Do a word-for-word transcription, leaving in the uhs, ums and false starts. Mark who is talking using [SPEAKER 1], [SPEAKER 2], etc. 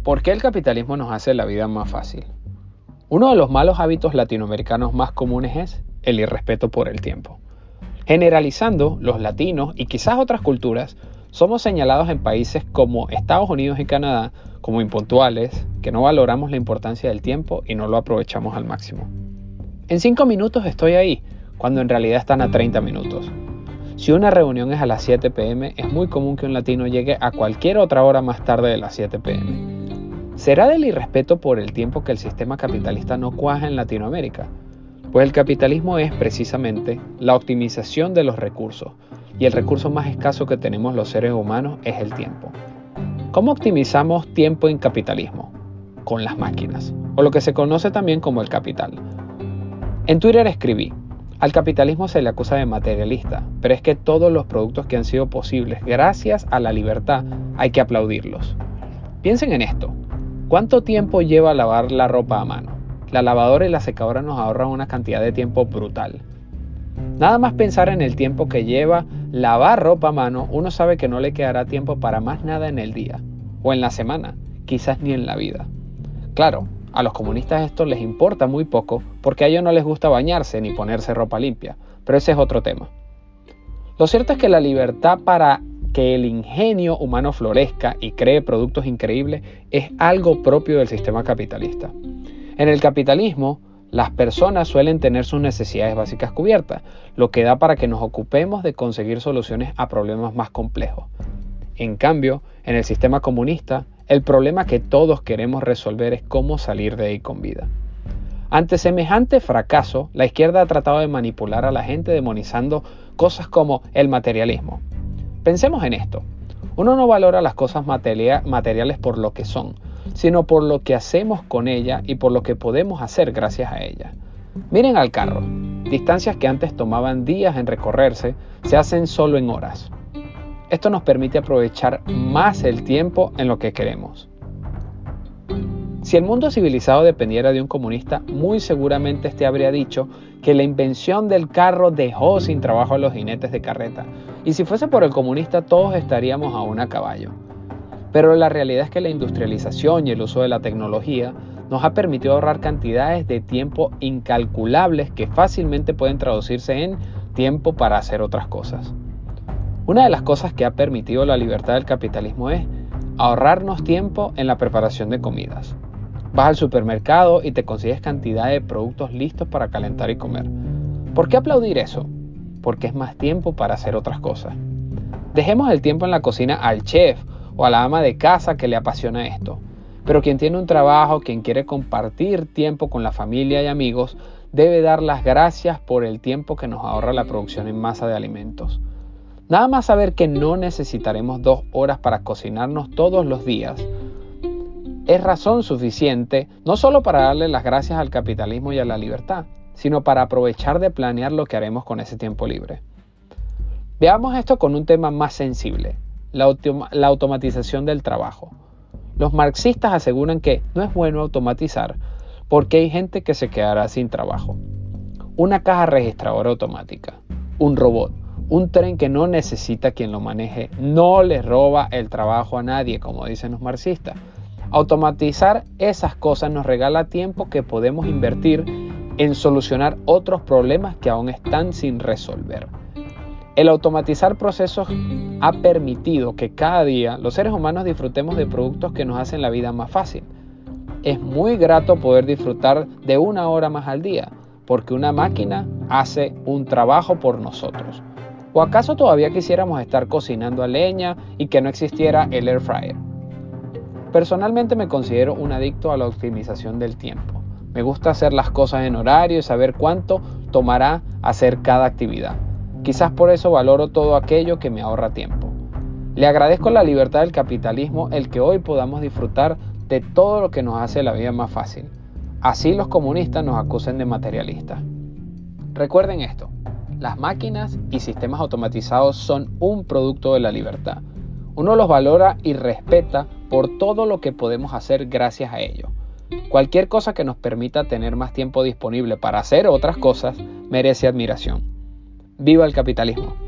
[SPEAKER 1] ¿Por qué el capitalismo nos hace la vida más fácil? Uno de los malos hábitos latinoamericanos más comunes es el irrespeto por el tiempo. Generalizando, los latinos y quizás otras culturas somos señalados en países como Estados Unidos y Canadá como impuntuales, que no valoramos la importancia del tiempo y no lo aprovechamos al máximo. En cinco minutos estoy ahí, cuando en realidad están a treinta minutos. Si una reunión es a las siete pe eme, es muy común que un latino llegue a cualquier otra hora más tarde de las siete pe eme. ¿Será del irrespeto por el tiempo que el sistema capitalista no cuaja en Latinoamérica? Pues el capitalismo es precisamente la optimización de los recursos, y el recurso más escaso que tenemos los seres humanos es el tiempo. ¿Cómo optimizamos tiempo en capitalismo? Con las máquinas, o lo que se conoce también como el capital. En Twitter escribí: al capitalismo se le acusa de materialista, pero es que todos los productos que han sido posibles gracias a la libertad hay que aplaudirlos. Piensen en esto. ¿Cuánto tiempo lleva lavar la ropa a mano? La lavadora y la secadora nos ahorran una cantidad de tiempo brutal. Nada más pensar en el tiempo que lleva lavar ropa a mano, uno sabe que no le quedará tiempo para más nada en el día, o en la semana, quizás ni en la vida. Claro, a los comunistas esto les importa muy poco, porque a ellos no les gusta bañarse ni ponerse ropa limpia, pero ese es otro tema. Lo cierto es que la libertad para que el ingenio humano florezca y cree productos increíbles es algo propio del sistema capitalista. En el capitalismo, las personas suelen tener sus necesidades básicas cubiertas, lo que da para que nos ocupemos de conseguir soluciones a problemas más complejos. En cambio, en el sistema comunista, el problema que todos queremos resolver es cómo salir de ahí con vida. Ante semejante fracaso, la izquierda ha tratado de manipular a la gente demonizando cosas como el materialismo. Pensemos en esto. Uno no valora las cosas materia- materiales por lo que son, sino por lo que hacemos con ella y por lo que podemos hacer gracias a ella. Miren al carro. Distancias que antes tomaban días en recorrerse, se hacen solo en horas. Esto nos permite aprovechar más el tiempo en lo que queremos. Si el mundo civilizado dependiera de un comunista, muy seguramente este habría dicho que la invención del carro dejó sin trabajo a los jinetes de carreta. Y si fuese por el comunista, todos estaríamos aún a caballo. Pero la realidad es que la industrialización y el uso de la tecnología nos ha permitido ahorrar cantidades de tiempo incalculables que fácilmente pueden traducirse en tiempo para hacer otras cosas. Una de las cosas que ha permitido la libertad del capitalismo es ahorrarnos tiempo en la preparación de comidas. Vas al supermercado y te consigues cantidad de productos listos para calentar y comer. ¿Por qué aplaudir eso? Porque es más tiempo para hacer otras cosas. Dejemos el tiempo en la cocina al chef o a la ama de casa que le apasiona esto. Pero quien tiene un trabajo, quien quiere compartir tiempo con la familia y amigos, debe dar las gracias por el tiempo que nos ahorra la producción en masa de alimentos. Nada más saber que no necesitaremos dos horas para cocinarnos todos los días es razón suficiente no solo para darle las gracias al capitalismo y a la libertad, sino para aprovechar de planear lo que haremos con ese tiempo libre. Veamos esto con un tema más sensible, la, autom- la automatización del trabajo. Los marxistas aseguran que no es bueno automatizar porque hay gente que se quedará sin trabajo. Una caja registradora automática, un robot, un tren que no necesita quien lo maneje, no le roba el trabajo a nadie, como dicen los marxistas. Automatizar esas cosas nos regala tiempo que podemos invertir en solucionar otros problemas que aún están sin resolver. El automatizar procesos ha permitido que cada día los seres humanos disfrutemos de productos que nos hacen la vida más fácil. Es muy grato poder disfrutar de una hora más al día, porque una máquina hace un trabajo por nosotros. ¿O acaso todavía quisiéramos estar cocinando a leña y que no existiera el air fryer? Personalmente me considero un adicto a la optimización del tiempo. Me gusta hacer las cosas en horario y saber cuánto tomará hacer cada actividad. Quizás por eso valoro todo aquello que me ahorra tiempo. Le agradezco la libertad del capitalismo el que hoy podamos disfrutar de todo lo que nos hace la vida más fácil. Así los comunistas nos acusen de materialistas. Recuerden esto, las máquinas y sistemas automatizados son un producto de la libertad. Uno los valora y respeta por todo lo que podemos hacer gracias a ello. Cualquier cosa que nos permita tener más tiempo disponible para hacer otras cosas merece admiración. ¡Viva el capitalismo!